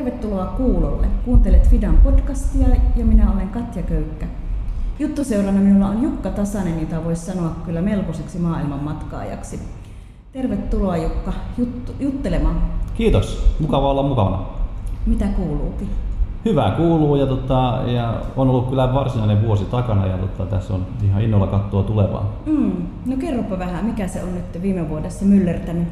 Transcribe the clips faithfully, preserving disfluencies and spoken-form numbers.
Tervetuloa kuulolle. Kuuntelet Fidan podcastia ja minä olen Katja Köykkä. Juttuseurana minulla on Jukka Tasanen, jota voisi sanoa kyllä melkoiseksi maailmanmatkaajaksi. Tervetuloa Jukka juttu, juttelemaan. Kiitos, mukava olla mukana. Mitä kuuluukin? Hyvää kuuluu ja, tota, ja on ollut kyllä varsinainen vuosi takana ja tota, tässä on ihan innolla katsoa tulevaa. Mm. No kerropa vähän, mikä se on nyt viime vuodessa myllertänyt?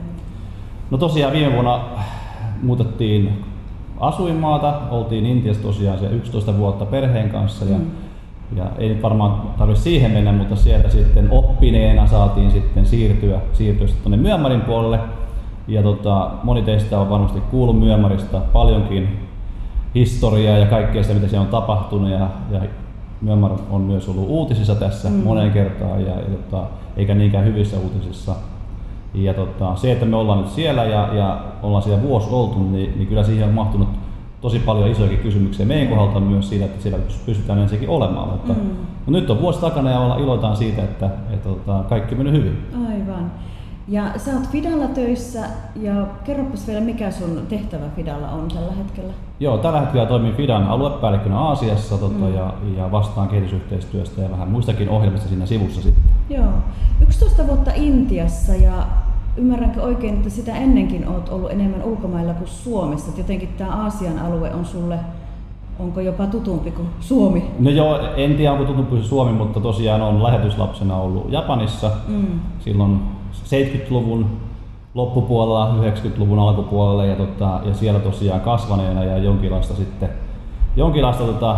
No tosiaan viime vuonna muutettiin asuinmaata, oltiin Intiassa tosiaan se yksitoista vuotta perheen kanssa ja, mm. ja ei nyt varmaan tarvitse siihen mennä, mutta sieltä sitten oppineena saatiin sitten siirtyä, siirtyä sitten tuonne Myanmarin puolelle. Ja tota, moni teistä on varmasti kuullut Myanmarista paljonkin historiaa ja kaikkea sitä, mitä siellä on tapahtunut ja, ja Myanmar on myös ollut uutisissa tässä mm. moneen kertaan ja, ja tota, eikä niinkään hyvissä uutisissa. Ja tota, se, että me ollaan nyt siellä ja, ja ollaan siellä vuosi oltu, niin, niin kyllä siihen on mahtunut tosi paljon isojakin kysymyksiä meidän kohdalta myös siitä, että siellä pystytään ensinnäkin olemaan. Mutta mm. no nyt on vuosi takana ja olla, iloitaan siitä, että, että, että kaikki menee hyvin. Aivan. Ja sä oot Fidalla töissä ja kerropas vielä, mikä sun tehtävä Fidalla on tällä hetkellä? Joo, tällä hetkellä toimin Fidan aluepäällikkönä Aasiassa tota, mm. ja, ja vastaan kehitysyhteistyöstä ja vähän muistakin ohjelmista siinä sivussa sitten. Joo, yksitoista vuotta Intiassa ja ymmärränkö oikein, että sitä ennenkin oot ollut enemmän ulkomailla kuin Suomessa? Et jotenkin tämä Aasian alue on sulle, onko jopa tutumpi kuin Suomi? No joo, en tiedä onko tutumpi kuin Suomi, mutta tosiaan on lähetyslapsena ollut Japanissa mm. silloin seitsemänkymmentäluvun loppupuolella, yhdeksänkymmentäluvun alkupuolella ja, tota, ja siellä tosiaan kasvaneena ja jonkinlaista, sitten, jonkinlaista tota,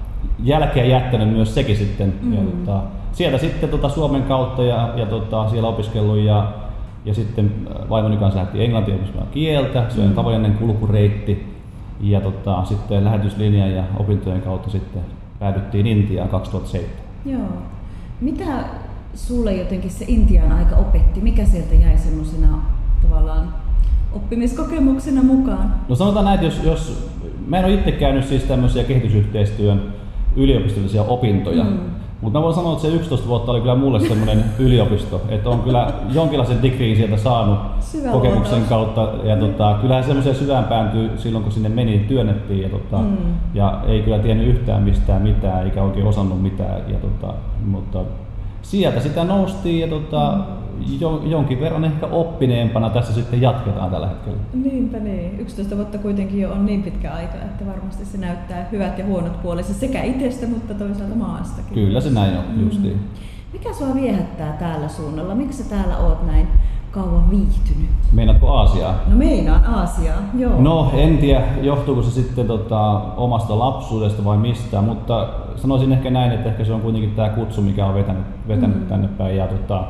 jälkeä jättänyt myös sekin sitten. Mm. Ja, tota, sieltä sitten tota, Suomen kautta ja, ja tota, siellä opiskellut ja, ja sitten vaimoni kanssa lähti englantia opiskelemaan kieltä, se on mm. tavallinen kulkureitti ja tota, sitten lähetyslinjan ja opintojen kautta sitten päädyttiin Intiaan kaksituhattaseitsemän. Joo. Mitä sulle jotenkin se Intian aika opetti? Mikä sieltä jäi semmoisena tavallaan oppimiskokemuksena mukaan? No sanotaan näin, jos, jos mä en ole itse käynyt siis tämmöisiä kehitysyhteistyön yliopistollisia opintoja, mm. mutta mä voin sanoa, että se yksitoista vuotta oli kyllä mulle semmoinen yliopisto, että on kyllä jonkinlaisen digriin sieltä saanut syvä kokemuksen luota. kautta ja tota, kyllähän semmoiseen syvään pääntyi silloin kun sinne meni, työnnettiin ja, tota, mm. ja ei kyllä tiennyt yhtään mistään mitään eikä oikein osannut mitään, ja tota, mutta sieltä sitä noustiin ja tota, mm. jo, jonkin verran ehkä oppineempana tässä sitten jatketaan tällä hetkellä. Niinpä niin. yksitoista vuotta kuitenkin jo on niin pitkä aika, että varmasti se näyttää hyvät ja huonot puolensa sekä itsestä, mutta toisaalta maastakin. Kyllä se näin on, mm. justiin. Mikä sua viehättää täällä suunnalla? Miksi sä täällä oot näin kauan viihtynyt? Meinaatko Aasiaa? No meinaan Aasiaa, joo. No en tiedä, johtuuko se sitten tota, omasta lapsuudesta vai mistään, mutta sanoisin ehkä näin, että ehkä se on kuitenkin tämä kutsu, mikä on vetänyt, vetänyt mm. tänne päin. Ja, tota,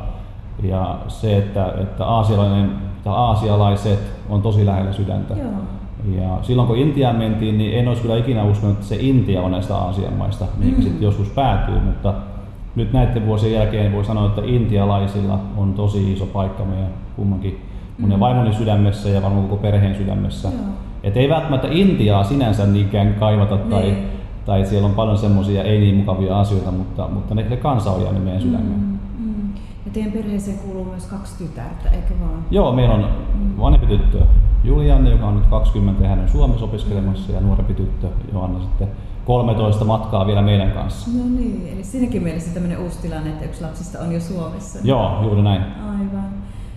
ja se, että, että aasialainen, tai aasialaiset on tosi lähellä sydäntä. Joo. Ja silloin kun Intiaan mentiin, niin en olisi kyllä ikinä uskonut, että se Intia on näistä Aasian maista, mihin mm. sitten joskus päätyy. Mutta nyt näiden vuosien jälkeen voi sanoa, että intialaisilla on tosi iso paikka meidän kummankin mun ja vaimoni sydämessä ja varmaan koko perheen sydämessä. Et ei välttämättä Intiaa sinänsä niinkään kaivata tai, niin. tai siellä on paljon semmoisia ei niin mukavia asioita, mutta, mutta ne, ne kansa on jäänyt meidän sydämeen. Mm, mm. Ja teidän perheeseen kuuluu myös kaksi tytärtä, eikö vaan? Joo, meillä on mm. vanhempi tyttö Julianne, joka on nyt kaksikymmentä ja hän on Suomessa opiskelemassa, ja nuorempi tyttö Johanna sitten kolmetoista matkaa vielä meidän kanssa. No niin, eli siinäkin mielessä tämmöinen uusi tilanne, että yksi lapsista on jo Suomessa. Joo, juuri näin. Aivan.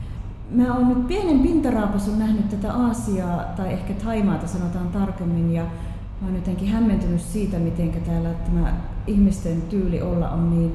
Mä oon nyt pienen pintaraapasun nähnyt tätä Aasiaa, tai ehkä Thaimaata sanotaan tarkemmin, ja mä oon jotenkin hämmentynyt siitä, miten täällä tämä ihmisten tyyli olla on niin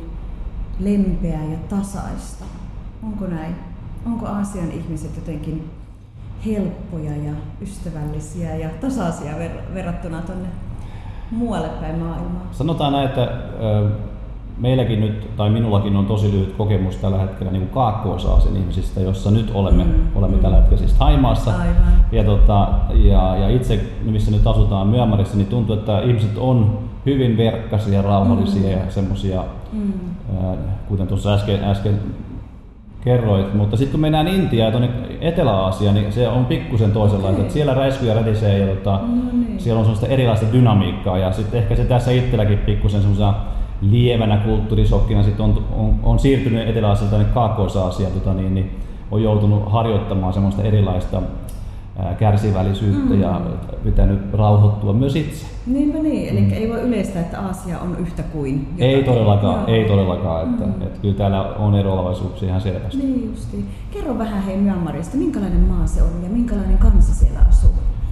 lempeä ja tasaista. Onko näin? Onko Aasian ihmiset jotenkin helppoja ja ystävällisiä ja tasaisia ver- verrattuna tonne muualle päin maailmaa? Sanotaan näin, että ö, meilläkin nyt, tai minullakin on tosi lyhyt kokemus tällä hetkellä niin kuin Kaakkois-Aasian ihmisistä, jossa nyt olemme, mm, olemme mm. tällä hetkellä siis Thaimaassa. Ja, tota, ja, ja itse, missä nyt asutaan Myanmarissa, niin tuntuu, että ihmiset on hyvin verkkaisia, rauhallisia mm. ja semmoisia, mm. äh, kuten tuossa äsken, äsken kerroit. Mutta sitten kun mennään Intiaan ja tuonne Etelä-Aasiaan, niin se on pikkusen toisenlaista. Okay. Siellä räiskyjä rätisee ja tota, no niin. siellä on sellaista erilaista dynamiikkaa. Ja sitten ehkä se tässä itselläkin pikkusen semmoisena lievänä kulttuurisokkina sit on, on, on siirtynyt Etelä-Aasiasta tänne Kaakkois-Aasiaan, tota, niin, niin on joutunut harjoittamaan semmoista erilaista kärsivällisyyttä mm. ja pitänyt rauhoittua myös itse. Niinpä niin, eli mm. ei voi yleistää, että Aasia on yhtä kuin jotakin. Ei todellakaan, Joo. ei todellakaan, että, mm. että kyllä täällä on eroavaisuuksia ihan selvästi. Niin justiin. Kerro vähän hei Myanmarista, minkälainen maa se on ja minkälainen kansa siellä asuu?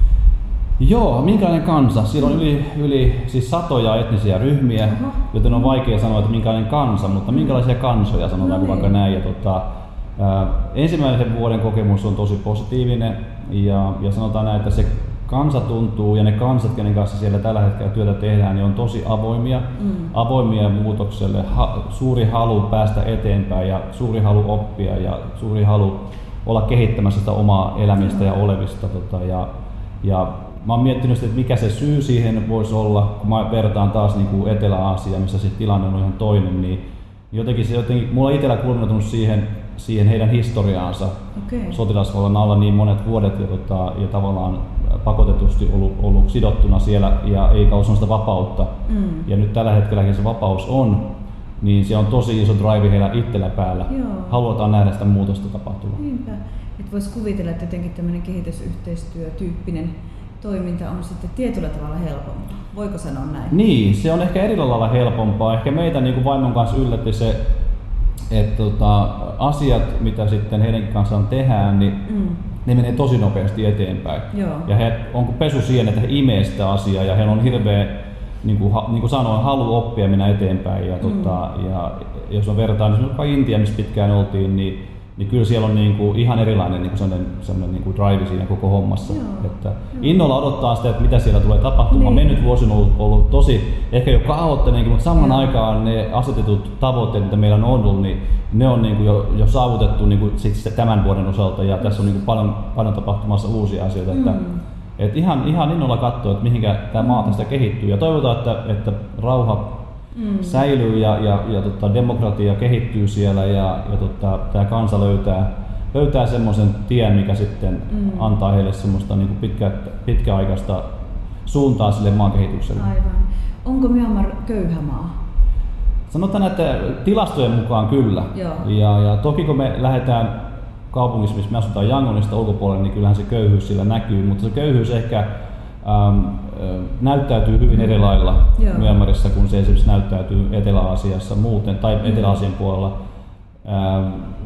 Joo, minkälainen kansa? Siellä on yli, yli siis satoja etnisiä ryhmiä, Oho. joten on vaikea sanoa, että minkälainen kansa, mutta minkälaisia kansoja sanotaanko no, vaikka näin. Ja, tota, ää, ensimmäisen vuoden kokemus on tosi positiivinen ja, ja sanotaan näin, että se kansa tuntuu ja ne kansat, kenen kanssa siellä tällä hetkellä työtä tehdään, niin on tosi avoimia, mm. avoimia muutokselle, ha, suuri halu päästä eteenpäin ja suuri halu oppia ja suuri halu olla kehittämässä sitä omaa elämistä ja olevista. Tota, ja, ja mä oon miettinyt, että mikä se syy siihen voisi olla, kun mä vertaan taas niin kuin Etelä-Aasiaan, missä se tilanne on ihan toinen, niin jotenkin se jotenkin, mulla on itsellä kulminoitunut siihen, siihen heidän historiaansa okay. sotilasvallan alla niin monet vuodet ja, tota, ja tavallaan pakotetusti ollut, ollut sidottuna siellä ja ei kauan sitä vapautta. Mm. Ja nyt tällä hetkelläkin se vapaus on, niin se on tosi iso drive heillä itsellä päällä. Joo. Halutaan nähdä sitä muutosta tapahtuva. Niinpä. Et vois kuvitella, että jotenkin tämmöinen kehitysyhteistyötyyppinen toiminta on sitten tietyllä tavalla helpompaa. Voiko sanoa näin? Niin, se on ehkä eri lailla helpompaa. Ehkä meitä niin kuin vaimon kanssa yllätti se, että tota, asiat, mitä sitten heidän kanssaan tehdään, niin mm. ne menee tosi nopeasti eteenpäin. Joo. Ja he onko pesu siihen, että he imee sitä asiaa ja heillä on hirveä, niin kuin, niin kuin sanoin, halu oppia mennä eteenpäin. Ja, mm. tota, ja jos on vertaan, niin vaikka Intia, missä pitkään oltiin, niin niin kyllä siellä on niinku ihan erilainen niinku sellainen, sellainen niinku drive siinä koko hommassa. Että innolla odottaa sitä, että mitä siellä tulee tapahtumaan. Niin. Mennyt vuosi on ollut, ollut tosi ehkä jo kaoottinen, mutta saman Joo. aikaan ne asetetut tavoitteet, mitä meillä on ollut, niin ne on niinku jo, jo saavutettu niinku sit tämän vuoden osalta ja tässä on niinku paljon, paljon tapahtumassa uusia asioita. Mm. Että, et ihan, ihan innolla katsoa, että mihinkä tämä maa tästä kehittyy ja toivotaan, että, että rauha Mm. säilyy ja, ja, ja tota, demokratia kehittyy siellä ja, ja tota, tämä kansa löytää, löytää semmoisen tien, mikä sitten mm. antaa heille semmoista niin kuin pitkä, pitkäaikaista suuntaa sille maan kehitykselle. Aivan. Onko Myanmar köyhä maa? Sanotaan, että tilastojen mukaan kyllä. Ja, ja toki kun me lähdetään kaupungissa, missä me asutaan Yangonista ulkopuolelle, niin kyllähän se köyhyys sillä näkyy, mutta se köyhyys ehkä Ähm, näyttäytyy hyvin eri lailla Myanmarissa, kun se esimerkiksi näyttäytyy Etelä-Aasiassa muuten tai mm. Etelä-Aasian puolella. Ähm,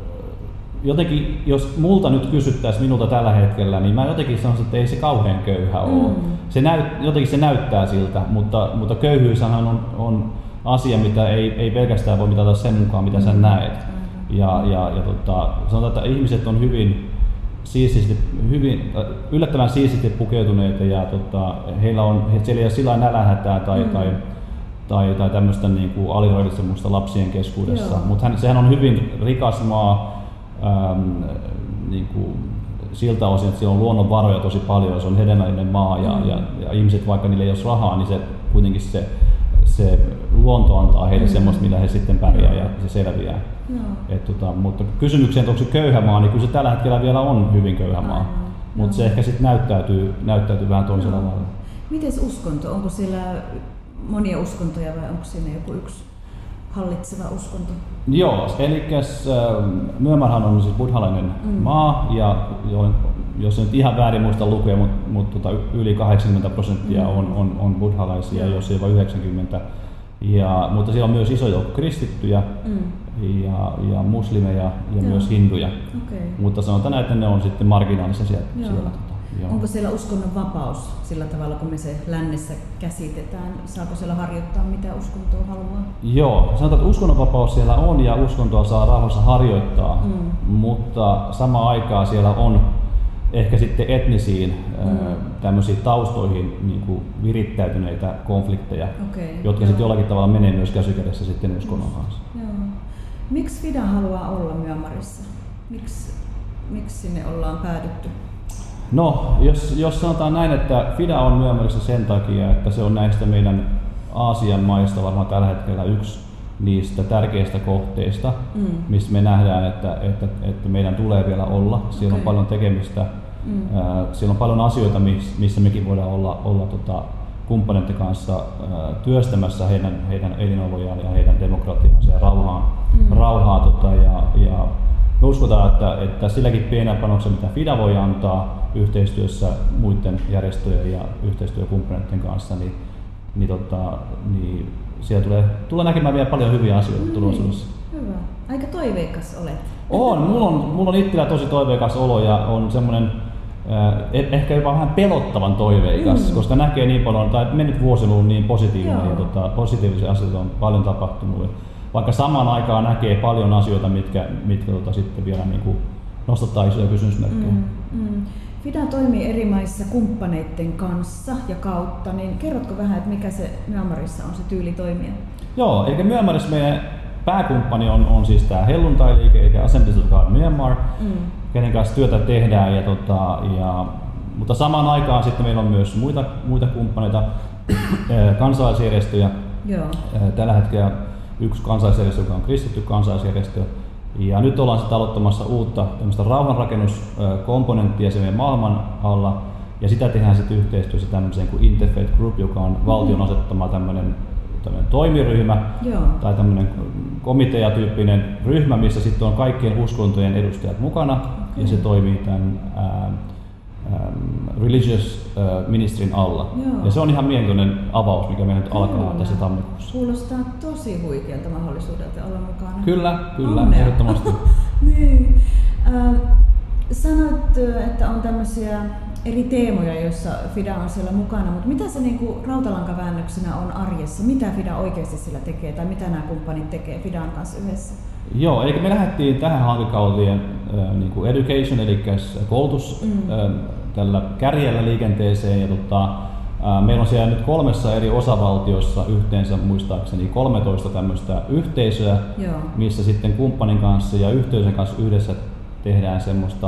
jotenkin, jos multa nyt kysyttäisiin minulta tällä hetkellä, niin mä jotenkin sanoisin, että ei se kauhean köyhä mm. ole. Se näyt, jotenkin se näyttää siltä, mutta, mutta köyhyyshän on, on asia, mitä ei, ei pelkästään voi mitata sen mukaan, mitä mm. sä näet. Mm. Ja, ja, ja tota, sanotaan, että ihmiset on hyvin siististi, hyvin, yllättävän siististi pukeutuneita ja tota, heillä on, siellä ei ole sillä nälähätää tai, mm. tai, tai, tai tämmöistä niin kuin aliravitsemusta lapsien keskuudessa, mutta sehän on hyvin rikas maa äm, niin kuin, siltä osin, että siellä on luonnonvaroja tosi paljon, se on hedelmällinen maa ja, mm. ja, ja ihmiset, vaikka niillä ei ole rahaa, niin se kuitenkin se, se luonto antaa heille mm. semmoista, millä he sitten pärjää ja se selviää. No. Et, tota, mutta kysymykseen, että onko se köyhä maa, niin kyllä se tällä hetkellä vielä on hyvin köyhä maa, no. mutta se ehkä sitten näyttäytyy, näyttäytyy vähän toisella no. lailla. Mites uskonto? Onko siellä monia uskontoja vai onko siinä joku yksi hallitseva uskonto? Joo, eli äh, Myanmarhan on siis buddhalainen mm. maa ja jos nyt ihan väärin muista lukuja, mutta mut, tota, yli kahdeksankymmentä prosenttia mm. on, on, on buddhalaisia, jos ei jopa yhdeksänkymmentä. Ja, mutta siellä on myös iso joukko kristittyjä mm. ja, ja muslimeja ja Joo. myös hinduja. Okay. Mutta sanotaan, että ne on sitten marginaalisia siellä. siellä tota, Onko siellä uskonnon vapaus sillä tavalla, kun me se lännessä käsitetään? Saako siellä harjoittaa mitä uskontoa haluaa? Joo, sanotaan, että uskonnonvapaus siellä on ja uskontoa saa rauhassa harjoittaa, mm. mutta samaan aikaan siellä on ehkä sitten etnisiin mm. tämmöisiin taustoihin niin kuin virittäytyneitä konflikteja, okay, jotka joo. sitten jollakin tavalla menee myös käsikädessä sitten uskonnon kanssa. Joo. Miksi FIDA haluaa olla Myanmarissa? Miksi, miksi sinne ollaan päädytty? No, jos, jos sanotaan näin, että FIDA on Myanmarissa sen takia, että se on näistä meidän Aasian maista varmaan tällä hetkellä yksi niistä tärkeistä kohteista, mm. missä me nähdään, että, että, että meidän tulee vielä olla. Siellä okay. on paljon tekemistä, mm. äh, siellä on paljon asioita, missä mekin voidaan olla, olla tota, kumppaneiden kanssa äh, työstämässä heidän, heidän elinolojaan ja heidän demokratiansa ja rauhaan. Mm. rauhaa, tota, ja, ja me uskotaan, että, että silläkin pienellä panoksella, mitä FIDA voi antaa, yhteistyössä muiden järjestöjen ja yhteistyökumppaneiden kanssa, niin, niin, tota, niin siellä tulee, tulee näkemään vielä paljon hyviä asioita tulevaisuudessa. Hyvä. Aika toiveikas olet. On, mulla on, mulla on itsellä tosi toiveikas olo ja on semmoinen eh, ehkä jopa vähän pelottavan toiveikas, mm. koska näkee niin paljon, tai mennyt vuosi on ollut niin positiivinen Joo. ja tota, positiivisia asioita on paljon tapahtunut. Vaikka samaan aikaan näkee paljon asioita, mitkä, mitkä tota, sitten vielä niin kuin nostattaa isoja kysymysmerkkejä. Mm, mm. FIDA toimii eri maissa kumppaneiden kanssa ja kautta, niin kerrotko vähän, että mikä se Myanmarissa on se tyyli toimia? Joo, eli Myanmarissa meidän pääkumppani on, on siis tämä Helluntai-liike, eli Assemblies of God Myanmar, mm. kenen kanssa työtä tehdään. Ja, tota, ja, mutta samaan aikaan sitten meillä on myös muita, muita kumppaneita, kansalaisjärjestöjä. Joo. Tällä hetkellä yksi kansalaisjärjestö, joka on kristitty kansalaisjärjestö. Ja nyt ollaan sitten aloittamassa uutta rauhanrakennuskomponenttia sen meidän maailman alla. Ja sitä tehdään sitten yhteistyössä tämmöiseen kuin Interfaith Group, joka on mm-hmm. valtion asettama tämmöinen toimiryhmä Joo. tai tämmöinen komiteatyyppinen ryhmä, missä sitten on kaikkien uskontojen edustajat mukana okay. ja se toimii tämän ää, ää, Religious ää, Ministerin alla. Joo. Ja se on ihan mielenkiintoinen avaus, mikä meillä nyt kyllä. alkaa tässä tammikuussa. Kuulostaa tosi huikealta mahdollisuudelta olla mukana. Kyllä, kyllä, Onnea. ehdottomasti. niin. äh, sanoit, että on tämmöisiä eri teemoja, joissa FIDA on siellä mukana, mutta mitä se niin kuin rautalankaväännöksenä on arjessa? Mitä FIDA oikeasti sillä tekee tai mitä nämä kumppanit tekee FIDAn kanssa yhdessä? Joo, eli me lähdettiin tähän hankekauteen äh, niin kuin education, eli koulutus mm. äh, tällä kärjellä liikenteeseen. Ja, tota, äh, meillä on siellä nyt kolmessa eri osavaltiossa yhteensä muistaakseni kolmetoista tämmöistä yhteisöä, Joo. missä sitten kumppanin kanssa ja yhteisön kanssa yhdessä tehdään semmoista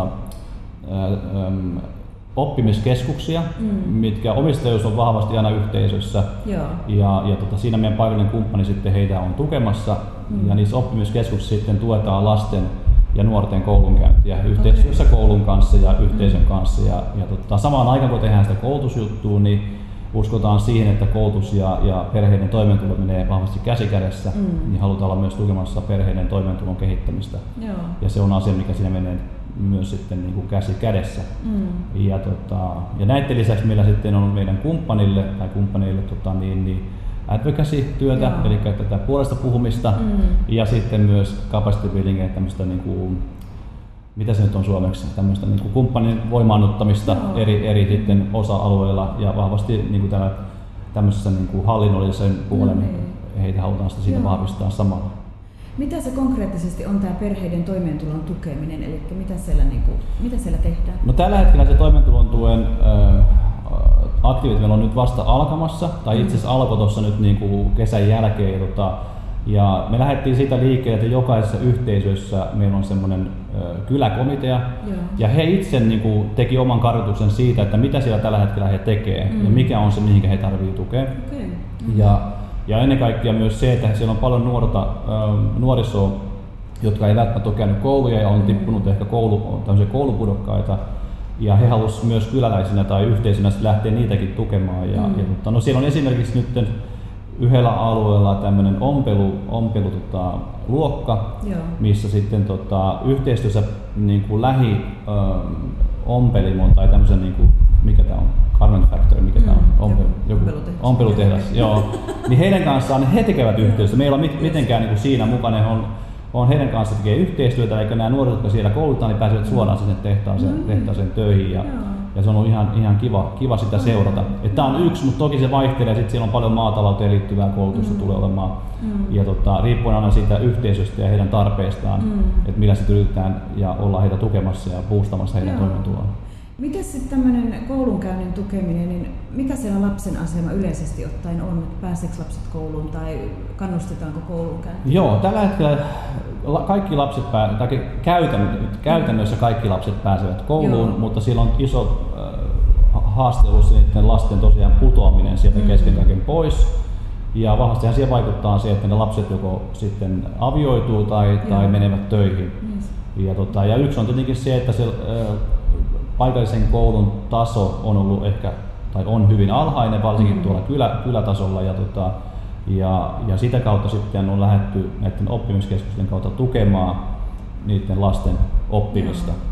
äh, ähm, oppimiskeskuksia, mm. mitkä omistajuus on vahvasti aina yhteisössä. Joo. Ja, ja tota, siinä meidän paikallinen kumppani sitten heitä on tukemassa mm. ja niissä oppimiskeskuksissa sitten tuetaan lasten ja nuorten koulunkäyntiä yhteistyössä okay. koulun kanssa ja yhteisön mm. kanssa. Ja, ja tota, samaan aikaan kun tehdään sitä koulutusjuttua, niin uskotaan siihen, että koulutus ja, ja perheiden toimeentulo menee vahvasti käsi kädessä, mm. niin halutaan olla myös tukemassa perheiden toimeentulon kehittämistä. Joo. Ja se on asia, mikä siinä menee myös sitten niin kuin käsi kädessä. Mm. Ja, tota, ja näiden lisäksi meillä sitten on meidän kumppanille tai kumppaneille tota, niin, niin advocacy-työtä, eli tätä puolesta puhumista mm. ja sitten myös capacity building, tämmöistä niin kuin, mitä se nyt on suomeksi, tämmöistä niin kuin kumppanin voimaannuttamista Joo. eri, eri sitten osa-alueilla ja vahvasti niin kuin tämä, tämmöisessä niin kuin hallinnollisen puolen mm. heitä halutaan sitä siitä Joo. vahvistaa samalla. Mitä se konkreettisesti on tämä perheiden toimeentulon tukeminen, eli mitä siellä, niin kuin, mitä siellä tehdään? No tällä hetkellä se toimeentulon tuen äh, aktiivit meillä on nyt vasta alkamassa, tai itse asiassa alkoi tuossa nyt niin kuin kesän jälkeen. Ja, tota, ja me lähdettiin siitä liikkeelle, että jokaisessa yhteisössä meillä on semmoinen äh, kyläkomitea, Joo. ja he itse niin kuin, teki oman kartoituksen siitä, että mitä siellä tällä hetkellä he tekee, mm. ja mikä on se, mihinkä he tarvitsevat tukea. Okay. Mm-hmm. Ja, Ja ennen kaikkea myös se, että siellä on paljon nuorta, äh, nuorisoa, jotka ei välttämättä ole käynyt kouluja ja on tippunut mm. ehkä koulu, koulupudokkaita. Ja he halusivat myös kyläläisinä tai yhteisönä lähteä niitäkin tukemaan. Ja, mm. ja, mutta, no siellä on esimerkiksi nyt yhdellä alueella tämmöinen ompelu, ompelu tota, luokka, Joo. missä sitten tota, yhteistyössä niin kuin lähi äh, ompelimon tai tämmöisen, niin kuin, mikä tämä on? Garment Factory, mikä mm, tämä on? Ompelu, joku, ompelutehdas. Joo. Niin heidän kanssaan he tekevät yhteistyötä. Meillä on mitenkään niin kuin siinä mukana. On, on heidän kanssa tekee yhteistyötä, eli nämä nuoret, jotka siellä koulutaan, niin pääsevät suoraan sinne tehtaaseen, mm. tehtaaseen töihin. Ja, ja se on ollut ihan, ihan kiva, kiva sitä seurata. Tämä on yksi, mutta toki se vaihtelee. Sitten siellä on paljon maatalouteen liittyvää koulutusta mm. tulee olemaan. Mm. Ja tota, riippuen aina siitä yhteisöstä ja heidän tarpeistaan, mm. että millä sitten yritetään ja ollaan heitä tukemassa ja boostamassa heidän toimeentuloaan. Miten sitten tämmöinen koulunkäynnin tukeminen, niin mikä siellä lapsen asema yleisesti ottaen on, että pääseekö lapset kouluun tai kannustetaanko koulunkäyntiin? Joo, tällä hetkellä kaikki lapset pää, tai käytännössä kaikki lapset pääsevät kouluun, Joo. mutta siellä on iso äh, haaste ollut niiden lasten tosiaan putoaminen sieltä mm. kesken kaiken pois. Ja vahvastihan siihen vaikuttaa se, että ne lapset joko sitten avioituu tai, tai menevät töihin. Yes. Ja, tota, ja yksi on tietenkin se, että se, äh, paikallisen koulun taso on ollut ehkä, tai on hyvin alhainen, varsinkin mm-hmm. tuolla kylä, kylätasolla. Ja, tota, ja, ja sitä kautta sitten on lähdetty näiden oppimiskeskusten kautta tukemaan niiden lasten oppimista. Joo.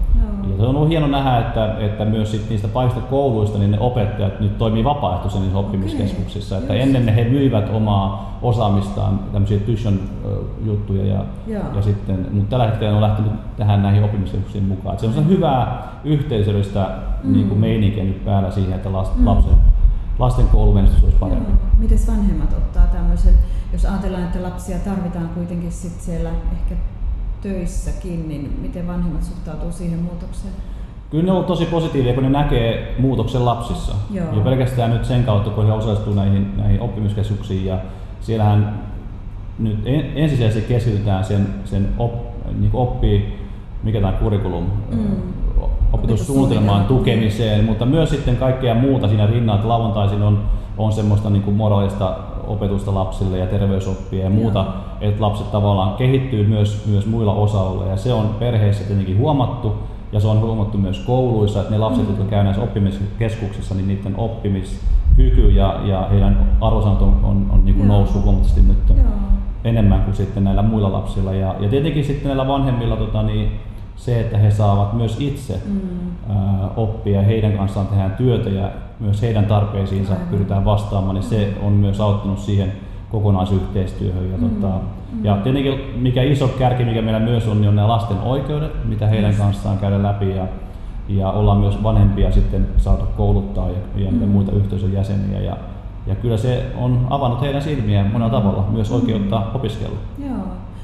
Ja se on ollut hieno nähdä, että, että myös sit niistä paikasta kouluista niin ne opettajat nyt toimii vapaaehtoisen niissä oppimiskeskuksissa. Että ennen ne he myivät omaa osaamistaan, tämmöisiä tuition-juttuja, ja, ja sitten, mutta tällä hetkellä on lähtenyt tähän näihin oppimiskeskuksiin mukaan. Että se on hyvää yhteisöllistä mm. niin kuin meininkiä nyt päällä siihen, että last, mm. lapsen, lasten koulumenestys olisi parempi. Miten vanhemmat ottaa tämmöisen, jos ajatellaan, että lapsia tarvitaan kuitenkin sit siellä ehkä töissäkin, niin miten vanhemmat suhtautuu siihen muutokseen? Kyllä ne on ollut tosi positiivia, kun ne näkee muutoksen lapsissa. Joo. Ja pelkästään nyt sen kautta, kun he osallistuu näihin, näihin oppimiskeskuksiin, ja siellähän nyt ensisijaisesti keskitytään sen, sen op, niin oppii, mikä tämä kurikulum, mm. opetussuunnitelmaan tukemiseen, mm. mutta myös sitten kaikkea muuta siinä rinnalla. Lauantaisin on, on semmoista niin kuin moraalista opetusta lapsille ja terveysoppia ja muuta, Joo. että lapset tavallaan kehittyy myös, myös muilla osa-alueilla, ja se on perheissä tietenkin huomattu, ja se on huomattu myös kouluissa, että ne lapset, mm. jotka käyvät näissä oppimiskeskuksissa, niin niiden oppimiskyky ja, ja heidän arvosanat on, on, on niin kuin noussut huomattavasti nyt Joo. enemmän kuin sitten näillä muilla lapsilla, ja, ja tietenkin sitten näillä vanhemmilla tota, niin se, että he saavat myös itse mm. ää, oppia ja heidän kanssaan tehdään työtä ja myös heidän tarpeisiinsa Aivan. pyritään vastaamaan, niin mm. se on myös auttanut siihen kokonaisyhteistyöhön. Ja, mm. tota, mm. ja tietenkin mikä iso kärki, mikä meillä myös on, niin on nämä lasten oikeudet, mitä heidän yes. kanssaan käydä läpi, ja, ja ollaan myös vanhempia sitten saatu kouluttaa ja, ja mm. muita yhteisön jäseniä. Ja, ja kyllä se on avannut heidän silmiään monella tavalla, myös oikeutta mm. opiskella. Joo.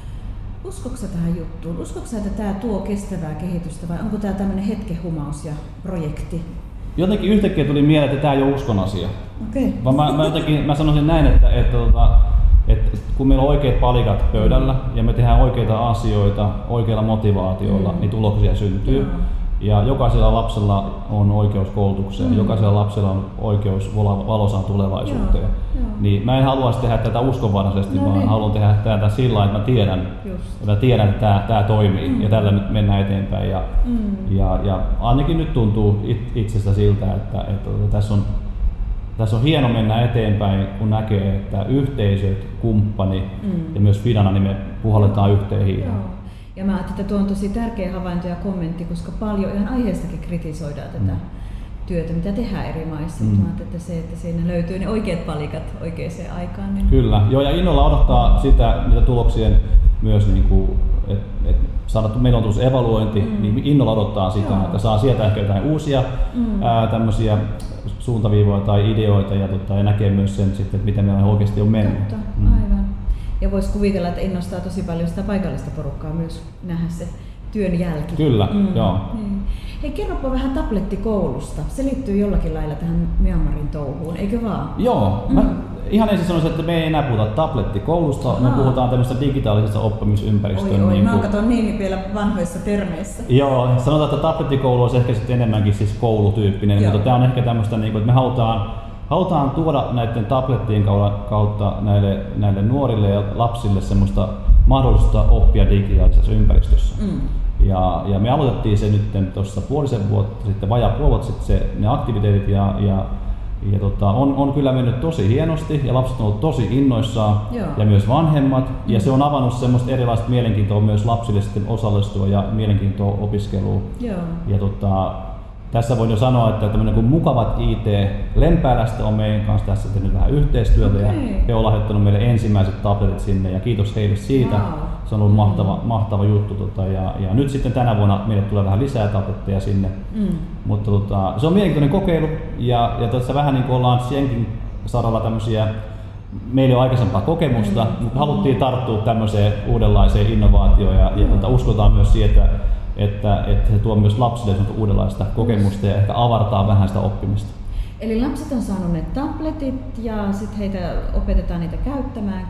Uskotko sä tähän juttuun? Uskotko sä, että tämä tuo kestävää kehitystä, vai onko tämä tämmöinen hetkehumaus ja projekti? Jotenkin yhtäkkiä tuli mieleen, että tämä ei ole uskon asia. Okay. Vaan mä, mä, jotenkin, mä sanoisin näin, että, että, että, että kun meillä on oikeat palikat pöydällä ja me tehdään oikeita asioita oikeilla motivaatioilla, mm. niin tuloksia syntyy. Mm. Ja jokaisella lapsella on oikeus koulutukseen, mm. jokaisella lapsella on oikeus valoisaan tulevaisuuteen. Joo, joo. Niin mä en haluaisi tehdä tätä uskonvaraisesti, no vaan niin. haluan tehdä tätä sillä lailla, että mä tiedän, että, mä tiedän, että tämä, tämä toimii mm. ja tällä nyt mennään eteenpäin. Ja, mm. ja, ja ainakin nyt tuntuu it, itsestä siltä, että, että, että tässä, on, tässä on hieno mennä eteenpäin, kun näkee, että yhteisöt, kumppani mm. ja myös Fidana, niin me puhalletaan yhteen hiileen. Ja mä ajattelin, että tuo on tosi tärkeä havainto ja kommentti, koska paljon ihan aiheestakin kritisoidaan tätä mm. työtä, mitä tehdään eri maissa. Mm. Mä ajattelin, että se, että siinä löytyy ne oikeat palikat oikeaan aikaan. Niin... Kyllä, joo, ja innolla odottaa sitä, niitä tuloksien myös, niin kuin, että et, saadaan, meillä on tuossa evaluointi, mm. niin innolla odottaa sitä, joo. että saa sieltä ehkä jotain uusia mm. ää, tämmöisiä suuntaviivoja tai ideoita, ja, tota, ja näkee myös sen sitten, että miten meillä oikeasti on mennyt. Totta, mm. aivan. Ja voisi kuvitella, että innostaa tosi paljon sitä paikallista porukkaa myös nähdä se työn jälki. Kyllä, mm. joo. Niin. Hei, kerropa vähän tablettikoulusta. Se liittyy jollakin lailla tähän Myanmarin touhuun, eikö vaan? Joo. Mm. Mä ihan ensin sanoisin, että me ei enää puhuta tablettikoulusta, Aha. me puhutaan tämmöistä digitaalisesta oppimisympäristöstä. Oi, oi, niin mä katson niin vielä vanhoissa termeissä. Joo, sanotaan, että tablettikoulu olisi ehkä sitten enemmänkin siis koulutyyppinen, Joo. mutta tämä on ehkä tämmöistä, että me halutaan Halutaan tuoda näiden tablettien kautta näille, näille nuorille ja lapsille semmoista mahdollisuutta oppia digitaalisessa ympäristössä. Mm. Ja, ja me aloitettiin se nyt tuossa puolisen vuotta sitten, vajaa puoli vuotta sitten se, ne aktiviteetit, ja, ja, ja tota, on, on kyllä mennyt tosi hienosti ja lapset on ollut tosi innoissaan Joo. ja myös vanhemmat. Mm. Ja se on avannut semmoista erilaista mielenkiintoa myös lapsille sitten osallistua ja mielenkiintoa opiskeluun. Joo. Ja tota, tässä voin jo sanoa, että tämmöinen kuin Mukavat I T Lempäälästä on meidän kanssa tässä tehnyt vähän yhteistyötä, okay. ja he on lahjoittanut meille ensimmäiset tabletit sinne, ja kiitos heille siitä. Wow. Se on ollut mm. mahtava, mahtava juttu. Tota, ja, ja nyt sitten tänä vuonna meille tulee vähän lisää tabletteja sinne. Mm. Mutta tota, se on mielenkiintoinen kokeilu, ja, ja tässä vähän niin kuin ollaan senkin saralla tämmöisiä, meillä on aikaisempaa kokemusta, mm. mutta haluttiin tarttua tämmöiseen uudenlaiseen innovaatioon, ja, ja tota, uskotaan myös siitä, Että, että se tuo myös lapsille uudenlaista kokemusta ja ehkä avartaa vähän sitä oppimista. Eli lapset on saanut ne tabletit ja sitten heitä opetetaan niitä käyttämään.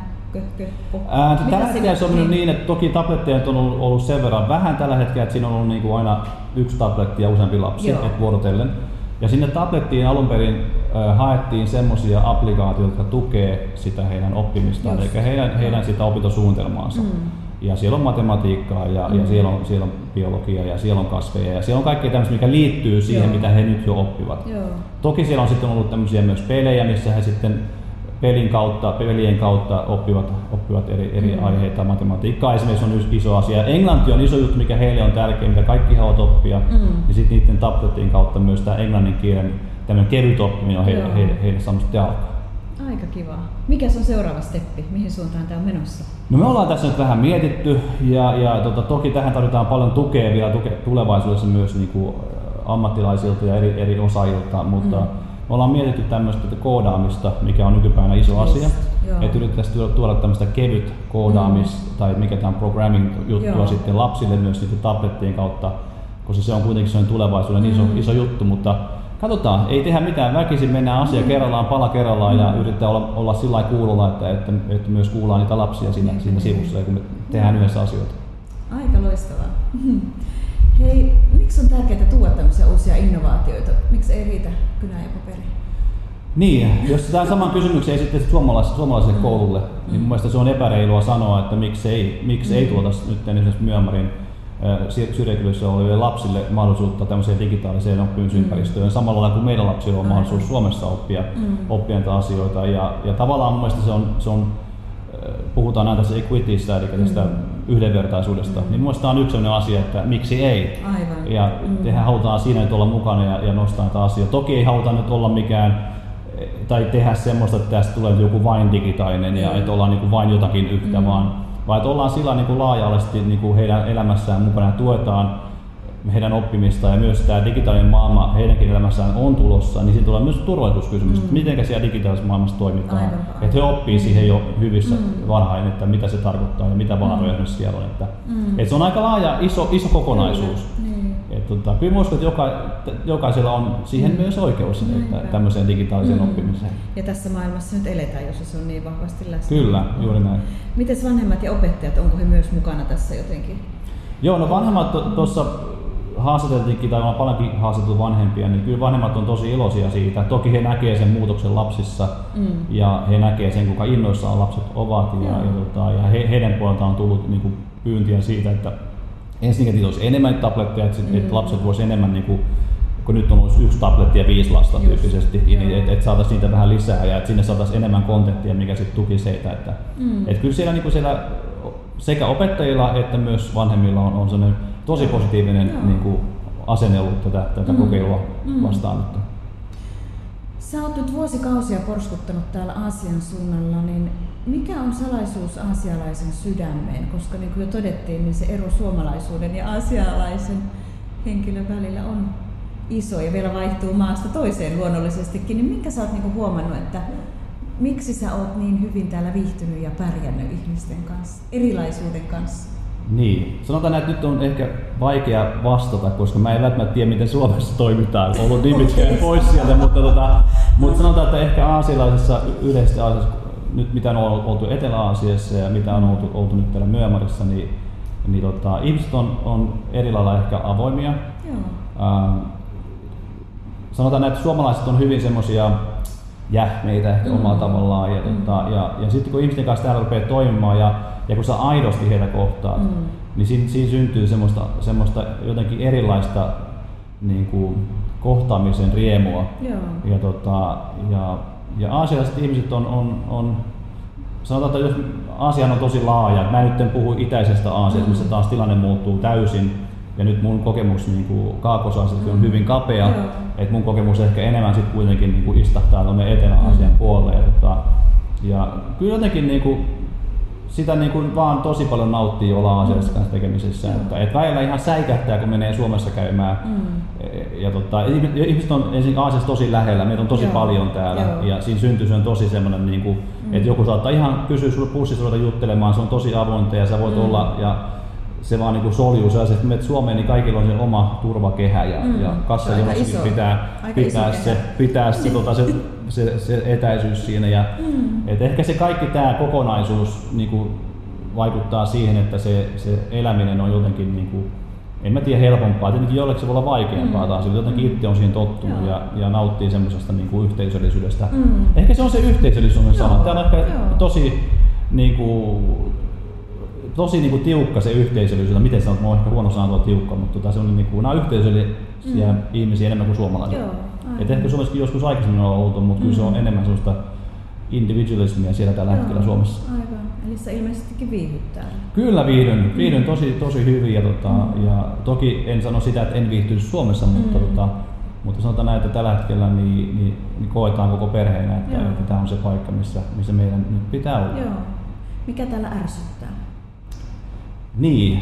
Ää, tällä hetkellä se on mennyt niin, että toki tabletteja on ollut, ollut sen verran vähän tällä hetkellä, että siinä on ollut niin kuin aina yksi tabletti ja useampi lapsi, et vuorotellen. Ja sinne tablettiin alun perin äh, haettiin semmoisia applikaatioita, jotka tukee sitä heidän oppimistaan, Just. eli heidän, heidän sitä opintosuunnitelmaansa. Mm. Ja siellä on matematiikkaa ja, mm. ja siellä, on, siellä on biologiaa ja siellä on kasveja ja siellä on kaikkea tämmöistä, mikä liittyy siihen, Joo. mitä he nyt jo oppivat. Joo. Toki siellä on sitten ollut tämmöisiä myös pelejä, missä he sitten pelin kautta, pelien kautta oppivat, oppivat eri, eri mm. aiheita. Matematiikka esimerkiksi on iso asia. Englanti on iso juttu, mikä heille on tärkeä, mitä kaikki haluavat oppia. Mm. Ja sitten niiden tablettien kautta myös tämä englannin kielen tämmöinen kevyt oppiminen on heille, heille, heille samasta jalkaa. Aika kiva. Mikäs on seuraava steppi? Mihin suuntaan tämä on menossa? No me ollaan tässä nyt vähän mietitty ja, ja tota, toki tähän tarvitaan paljon tukea vielä tuke, tulevaisuudessa myös niin kuin ammattilaisilta ja eri, eri osaajilta, mutta mm. me ollaan mietitty tämmöistä koodaamista, mikä on nykypäivänä iso Just, asia. Että yritettäisiin tuoda tämmöistä kevyt koodaamis- mm. tai mikä tämä on programming-juttua joo. sitten lapsille myös niiden tablettien kautta, koska se on kuitenkin sellainen tulevaisuuden mm. iso, iso juttu, mutta katsotaan, ei tehdä mitään, väkisin mennään asia mm. kerrallaan, pala kerrallaan mm. ja yritetään olla, olla sillä lailla kuulolla, että, että, että myös kuullaan niitä lapsia siinä, mm. siinä sivussa, kun me tehdään yhdessä asioita. Aika loistavaa. Hei, miksi on tärkeää tuoda tämmöisiä uusia innovaatioita? Miksi ei riitä kynä ja paperi? Niin, jos tämä saman kysymyksen esittäisit suomalaiselle, suomalaiselle mm. koululle, niin mm. mun mielestä se on epäreilua sanoa, että miksi ei, miksi mm. ei tuota nyt esimerkiksi Myanmarin syrjäkylissä oleville lapsille mahdollisuutta tämmöiseen digitaaliseen oppimisympäristöön, mm. samalla lailla kuin meidän lapsilla on mahdollisuus Suomessa oppia, mm. oppia näitä asioita. Ja, ja tavallaan mun mielestä se on, se on puhutaan aina tässä equitystä, eli tästä mm. yhdenvertaisuudesta, mm. niin mun mielestä tämä on yksi sellainen asia, että miksi ei. Aivan. Ja mm. tehdään, halutaan siinä nyt olla mukana ja, ja nostaa näitä asioita. Toki ei haluta nyt olla mikään, tai tehdä semmoista, että tästä tulee joku vain digitaalinen ja mm. että ollaan niin kuin vain jotakin yhtä, mm. vaan vaan että ollaan sillä niin kuin laaja-alaisesti niin kuin heidän elämässään mukana ja tuetaan heidän oppimista ja myös tämä digitaalinen maailma heidänkin elämässään on tulossa, niin siinä tulee myös turvallisuuskysymys, mm. että miten siellä digitaalisessa maailmassa toimitaan. Aivan. Että he oppii siihen jo hyvissä mm. varhain, että mitä se tarkoittaa ja mitä vaaroja mm. siellä on. Että, mm. että se on aika laaja, iso, iso kokonaisuus. Mm. Että, tota, kyllä uskon, että joka, jokaisella on siihen mm. myös oikeus että, tämmöiseen digitaaliseen mm. oppimiseen. Ja tässä maailmassa nyt eletään, jos se on niin vahvasti läsnä. Kyllä, juuri näin. Mites vanhemmat ja opettajat, onko he myös mukana tässä jotenkin? Joo, no vanhemmat tuossa haastateltiinkin, tai on paljonkin haastateltu vanhempia, niin kyllä vanhemmat on tosi iloisia siitä. Toki he näkee sen muutoksen lapsissa mm. ja he näkee sen, kuinka innoissaan lapset ovat. Ja, ja, tota, ja he, heidän puoleltaan on tullut niin kuin pyyntiä siitä, että ensinnäkin olisi enemmän tabletteja, että, mm. että lapset voisivat enemmän, niin kuin, kun nyt on ollut yksi tabletti ja viisi lasta Just. tyyppisesti, niin että et saataisiin niitä vähän lisää ja että sinne saataisiin enemmän kontenttia, mikä sitten tukisi heitä. Että, mm. et kyllä siellä, niin kuin siellä sekä opettajilla että myös vanhemmilla on, on sellainen tosi positiivinen niin kuin, asenne ollut tätä, tätä mm. kokeilua mm. vastaan. Sä oot nyt vuosikausia porskuttanut täällä Aasian suunnalla, niin mikä on salaisuus aasialaisen sydämeen? Koska niin kuin jo todettiin, niin se ero suomalaisuuden ja aasialaisen henkilön välillä on iso ja vielä vaihtuu maasta toiseen luonnollisestikin. Niin minkä sä oot niin kuin huomannut, että miksi sä oot niin hyvin täällä viihtynyt ja pärjännyt ihmisten kanssa, erilaisuuden kanssa? Niin, sanotaan, että nyt on ehkä vaikea vastata, koska mä en välttämättä tiedä, miten Suomessa toimitaan. On ollut nimitkään pois sieltä, mutta, tota, mutta sanotaan, että ehkä aasialaisessa, yleisesti Aasiassa, nyt mitä on oltu Etelä-Aasiassa ja mitä on oltu, oltu nyt täällä Myanmarissa, niin, niin tota, ihmiset on, on eri lailla ehkä avoimia. Joo. Ähm, sanotaan, että suomalaiset on hyvin semmoisia jähmeitä ehkä mm. omalla tavallaan. Ja, mm. tota, ja, ja sitten kun ihmisten kanssa täällä rupeaa toimimaan ja, ja kun sä aidosti heitä kohtaat, mm. niin siinä, siinä syntyy semmoista, semmoista jotenkin erilaista niin kuin, kohtaamisen riemua. Joo. Ja, tota, ja, ja aasialaiset ihmiset on, on, on sanotaan, että jos Aasiahan on tosi laaja, mä nyt en puhu itäisestä Aasiasta, missä taas tilanne muuttuu täysin. Ja nyt mun kokemus niin Kaakkois-Aasiassa on hyvin kapea, mm. että mun kokemus ehkä enemmän sit kuitenkin niin kuin istahtaa tuonne Etelä-Aasian mm. puolelle. Ja, tota, ja kyllä jotenkin niin kuin, sitä niin kuin vaan tosi paljon nauttii olla Aasiassa kanssa tekemisessä. Mm. Että, et välillä ihan säikähtää, kun menee Suomessa käymään. Mm. Ja, tota, ihmiset on ensin Aasiassa tosi lähellä, meitä on tosi Joo. paljon täällä. Joo. Ja siinä syntyy se on tosi semmoinen, niin kuin, mm. että joku saattaa ihan kysyä sulle pussissa ruveta juttelemaan, se on tosi avointa ja sä voit mm. olla. Ja, se vaan niin soljuu sellaisesti, että menet Suomeen, niin kaikilla on se oma turvakehä ja, mm, ja kassajonossakin pitää, pitää, se, pitää se, tota, se, se, se etäisyys siinä. Ja, mm. et ehkä se kaikki tämä kokonaisuus niin kuin, vaikuttaa siihen, että se, se eläminen on jotenkin, niin kuin, en mä tiedä, helpompaa. Tietenkin jollekin se voi olla vaikeampaa mm. taas, jotenkin itse on siihen tottunut ja, ja nauttii semmoisesta niin kuin yhteisöllisyydestä. Mm. Ehkä se on se yhteisöllisyyden sana. Tämä on ehkä Joo. tosi niin kuin, tosi niinku tiukka se yhteisöllisyys, miten sanot, mä oon ehkä huono sanoa tiukka, mutta tota, se on niinku, nämä on yhteisöllisiä mm. ihmisiä enemmän kuin suomalaisia. Et ehkä Suomessakin joskus aikaisemmin on oltu, mutta mm. kyllä se on enemmän sellaista individualismia siellä tällä hetkellä Joo, Suomessa. Aivan. Eli sä ilmeisestikin viihdyt täällä. Kyllä viihdyn, viihdyn tosi, tosi hyvin ja, tota, Mm. ja toki en sano sitä, että en viihtyisi Suomessa, mutta, Mm. tota, mutta sanotaan näin, että tällä hetkellä niin, niin, niin koetaan koko perheenä, että, Joo. että tämä on se paikka, missä, missä meidän nyt pitää olla. Joo. Mikä täällä ärsyttää? Niin.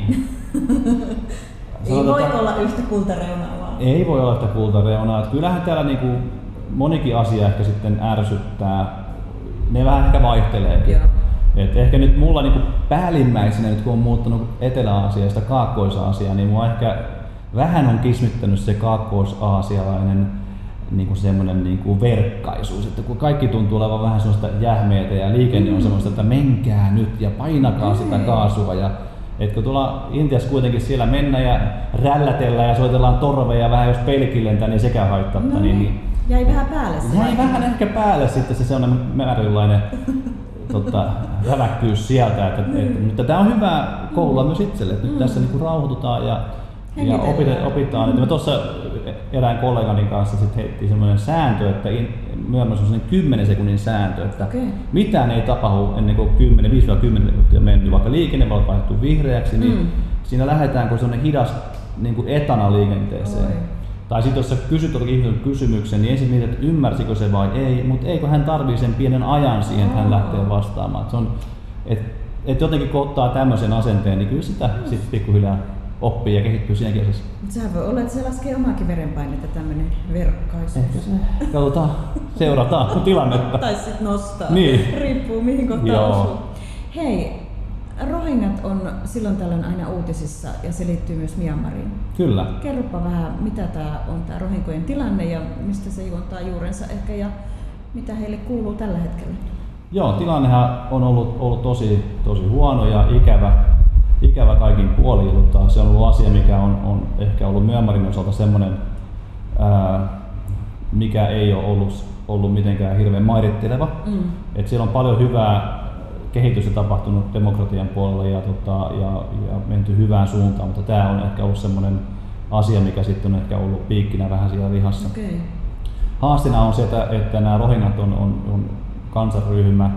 Ei voi Sanotaan, olla yhtä kultareunaa vaan. ei voi olla yhtä kultareunaa. Että kyllähän täällä niinku monikin asia ehkä sitten ärsyttää. Ne vähän ehkä vaihteleekin. Joo. Et ehkä nyt mulla niinku päällimmäisenä, nyt kun on muuttanut Etelä-Aasiasta Kaakkois-Aasiaan, niin mua ehkä vähän on kismittänyt se kaakkois-aasialainen niinku semmoinen niinku verkkaisuus, että kun kaikki tuntuu olevan vähän semmoista jähmeitä ja liikenne on semmoista, että menkää nyt ja painakaa sitä kaasua. Ja, et kun tuolla Intiassa kuitenkin siellä mennään ja rällätellään ja soitellaan torveja vähän jos peilikin lentää, niin sekä haittaa. No niin, niin. Jäi vähän päälle se. jäi vähän ehkä päälle sitten se sellainen määräynlainen tota, räväkkyys sieltä, että, mm. että, mutta tämä on hyvä koulua mm. myös itselle, että nyt mm. tässä niinku rauhoitutaan ja, ja opitetaan. opitaan. Mm. Että me tuossa erään kollegani kanssa sit heitti semmoinen sääntö, että myöhemmin on semmoinen kymmenen sekunnin sääntö, että okay. mitään ei tapahdu ennen kuin kymmenen, viisi kymmenen sekuntia mennyt, vaikka liikennevalot vaihtuu vihreäksi, niin mm. siinä lähdetään kuin semmoinen hidas niin kuin etana liikenteeseen. Oi. Tai sitten jos sä kysyt ihmisen kysymyksen, niin ensin mietit, että ymmärsikö se vai ei, mutta eikö hän tarvii sen pienen ajan siihen, että hän lähtee vastaamaan. Et se on, et, et jotenkin kun ottaa tämmöisen asenteen, niin kyllä sitä sit pikkuhiljaa oppii ja kehittyy siinäkin asiassa. Mutta sehän voi olla, että se laskee omaakin verenpainetta tämmöinen verkkaisuus. Ehkä se. Katsotaan, seurataan tilannetta. Tai sitten nostaa. Niin. Riippuu mihin kohtaan osuu. Hei, Rohingyat on silloin tällöin aina uutisissa ja se liittyy myös Myanmariin. Kyllä. Kerropa vähän, mitä tämä on tämä rohingyojen tilanne ja mistä se juontaa juurensa ehkä ja mitä heille kuuluu tällä hetkellä? Joo, tilannehan on ollut, ollut tosi, tosi huono ja ikävä, ikävä kaikin puolin. Se on ollut asia, mikä on, on ehkä ollut Myanmarin osalta semmoinen, ää, mikä ei ole ollut, ollut mitenkään hirveän mairitteleva. Mm. Et siellä on paljon hyvää kehitystä tapahtunut demokratian puolella ja, tota, ja, ja menty hyvään suuntaan, mutta tämä on ehkä ollut semmoinen asia, mikä sitten on ehkä ollut piikkinä vähän siellä lihassa. Okay. Haasteena on se, että, että nämä Rohingyat on, on, on kansanryhmä,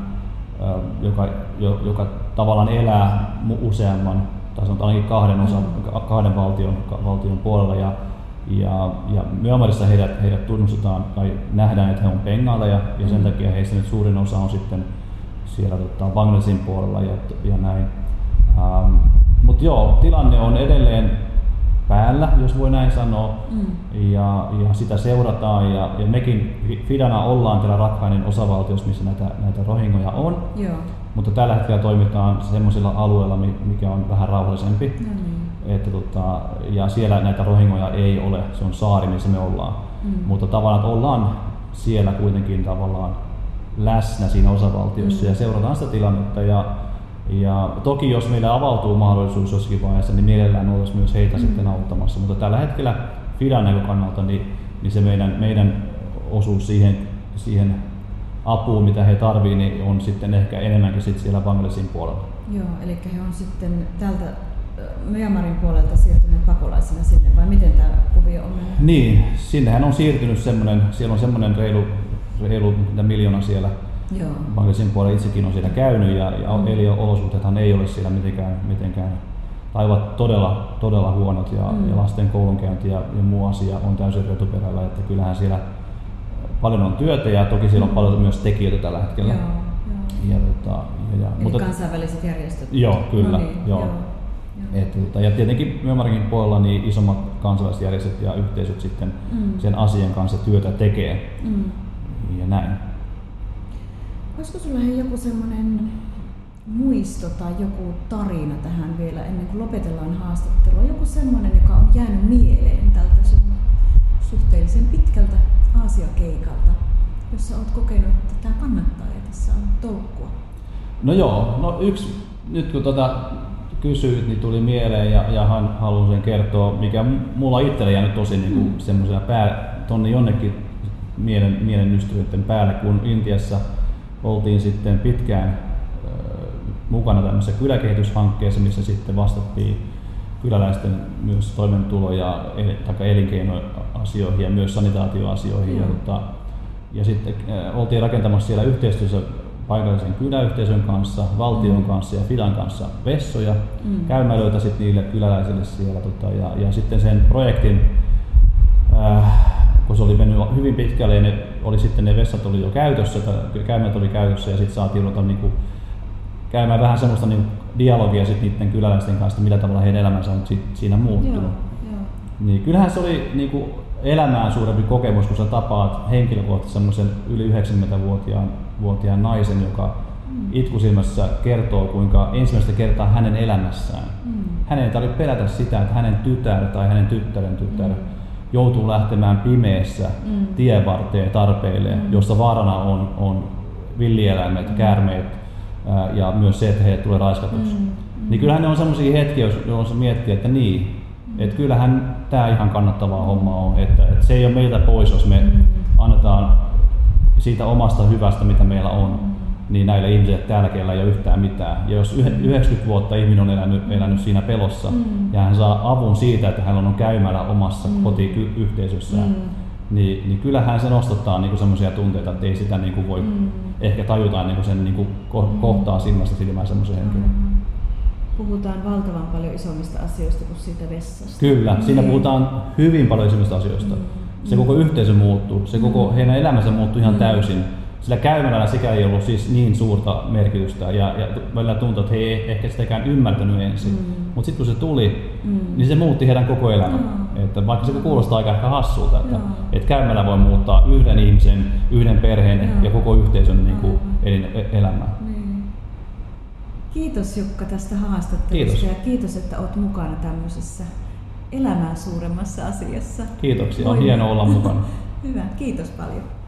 joka, joka tavallaan elää useamman, tai sanotaan ainakin kahden, osa, kahden valtion, valtion puolella. Ja, ja, ja Myanmarissa heidät, heidät tunnustetaan tai nähdään, että he on pengaaleja ja sen takia heistä nyt suurin osa on sitten siellä tota, Bangladesin puolella ja, ja näin. Ähm, Mutta joo, tilanne on edelleen päällä, jos voi näin sanoa, mm. ja, ja sitä seurataan ja, ja mekin Fidana ollaan täällä Rakhainen osavaltiossa, missä näitä, näitä rohingyoja on, joo. mutta tällä hetkellä toimitaan semmoisilla alueilla, mikä on vähän rauhallisempi. No niin. Että, tota, ja siellä näitä rohingyoja ei ole, se on saari, missä me ollaan, mm. mutta tavallaan että ollaan siellä kuitenkin tavallaan läsnä siinä osavaltiossa mm. ja seurataan sitä tilannetta. Ja, ja toki jos meillä avautuu mahdollisuus jossakin vaiheessa, niin mielellään olisi myös heitä mm. sitten auttamassa. Mutta tällä hetkellä Fidan näkökannalta niin, niin se meidän, meidän osuus siihen, siihen apuun, mitä he tarvitsevat, niin on sitten ehkä enemmänkin sit siellä Bangladesin puolella. Joo, eli he on sitten tältä Myanmarin puolelta siirtyneet pakolaisina sinne, vai miten tämä kuvio on mennyt? Niin, sinnehän on siirtynyt semmoinen, siellä on semmoinen reilu reilu miljoona siellä Bangladesin puolella, itsekin on siellä käynyt ja, ja mm. eliolosuhteethan ei ole siellä mitenkään, mitenkään tai ovat todella, todella huonot ja, mm. ja lasten koulunkäynti ja, ja muu asia on täysin retuperällä, että kyllähän siellä paljon on työtä ja toki siellä on mm. paljon myös tekijöitä tällä hetkellä. Joo, ja, tota, ja, ja, eli mutta, kansainväliset järjestöt? Joo, kyllä. No niin, joo. Joo. Et, tota, ja tietenkin Myanmarin puolella niin isommat kansainväliset järjestöt ja yhteisöt sitten mm. sen asian kanssa työtä tekee. Mm. Ja näin. Olisiko sulla joku semmoinen muisto tai joku tarina tähän vielä ennen kuin lopetellaan haastattelua? Joku semmoinen, joka on jäänyt mieleen tältä sun suhteellisen pitkältä Aasia-keikalta, jossa olet kokenut, että tämä kannattaa ja tässä on tolkkua? No joo, no yksi, nyt kun tota kysyit, niin tuli mieleen ja, ja haluan sen kertoa, mikä mulla itsellä jäänyt tosi niin kuin mm. semmoisena pää tonne jonnekin mielen, mielen ystävyyden päälle, kun Intiassa oltiin sitten pitkään äh, mukana tämmöisessä kyläkehityshankkeessa, missä sitten vastattiin kyläläisten myös toimeentulo- ja el, elinkeinoasioihin ja myös sanitaatioasioihin. Mm. Ja, tota, ja sitten äh, oltiin rakentamassa siellä yhteistyössä paikallisen kyläyhteisön kanssa, valtion mm. kanssa ja Fidan kanssa vessoja, mm. käymälöitä sit niille kyläläisille siellä. Tota, ja, ja sitten sen projektin, äh, kun se oli mennyt hyvin pitkälle, ne, oli sitten ne vessat oli jo käytössä, käymät oli käytössä ja sitten saatiin ruveta niinku käymään vähän semmoista niinku dialogia sit niiden kyläläisten kanssa, millä tavalla heidän elämänsä on sit siinä muuttunut. Joo, joo. Niin kyllähän se oli niinku elämään suurempi kokemus, kun sä tapaat henkilökohtaisesti semmoisen yli yhdeksänkymmentävuotiaan vuotiaan naisen, joka mm. itkusilmässä kertoo, kuinka ensimmäistä kertaa hänen elämässään. Mm. Hänen ei tarvitse pelätä sitä, että hänen tytär tai hänen tyttären tytär mm. joutuu lähtemään pimeässä mm. tienvarteen tarpeilleen, mm. jossa vaarana on, on villieläimet, mm. käärmeet ää, ja myös se, että heidät tulee raiskatuksi. Mm. Niin kyllähän ne on semmoisia hetkiä, jolloin se miettii, että niin, että kyllähän tämä ihan kannattavaa hommaa on, että, että se ei ole meiltä pois, jos me mm. annetaan siitä omasta hyvästä, mitä meillä on, mm. niin näille ihmisille täällä, keillä ei ole yhtään mitään. Ja jos yhdeksänkymmentä vuotta ihminen on elänyt, elänyt siinä pelossa mm. ja hän saa avun siitä, että hän on käymällä omassa mm. kotiyhteisössään, mm. niin, niin kyllähän se nostattaa niinku semmoisia tunteita, että ei sitä niinku voi mm. ehkä tajuta niinku sen niinku ko- kohtaa silmästä silmään semmoisen henkilön. Mm. Puhutaan valtavan paljon isommista asioista kuin siitä vessasta. Kyllä, siinä mm. puhutaan hyvin paljon isommista asioista. Mm. Se koko yhteisö muuttuu, se koko mm. heidän elämänsä muuttuu ihan mm. täysin. Sillä käymälällä sekä ei ollut siis niin suurta merkitystä ja, ja välillä tuntui, että he ei ehkä sitäkään ymmärtänyt ensin. Mm. Mutta sitten kun se tuli, mm. niin se muutti heidän koko elämän. Mm. Että vaikka se kuulostaa aika ehkä hassulta, että, mm. että käymälä voi muuttaa yhden ihmisen, yhden perheen mm. ja koko yhteisön niin kuin elin, elämää. Mm. Kiitos Jukka tästä haastattelusta kiitos. Ja kiitos, että olet mukana tämmöisessä elämää suuremmassa asiassa. Kiitoksia, on hienoa olla mukana. Hyvä, kiitos paljon.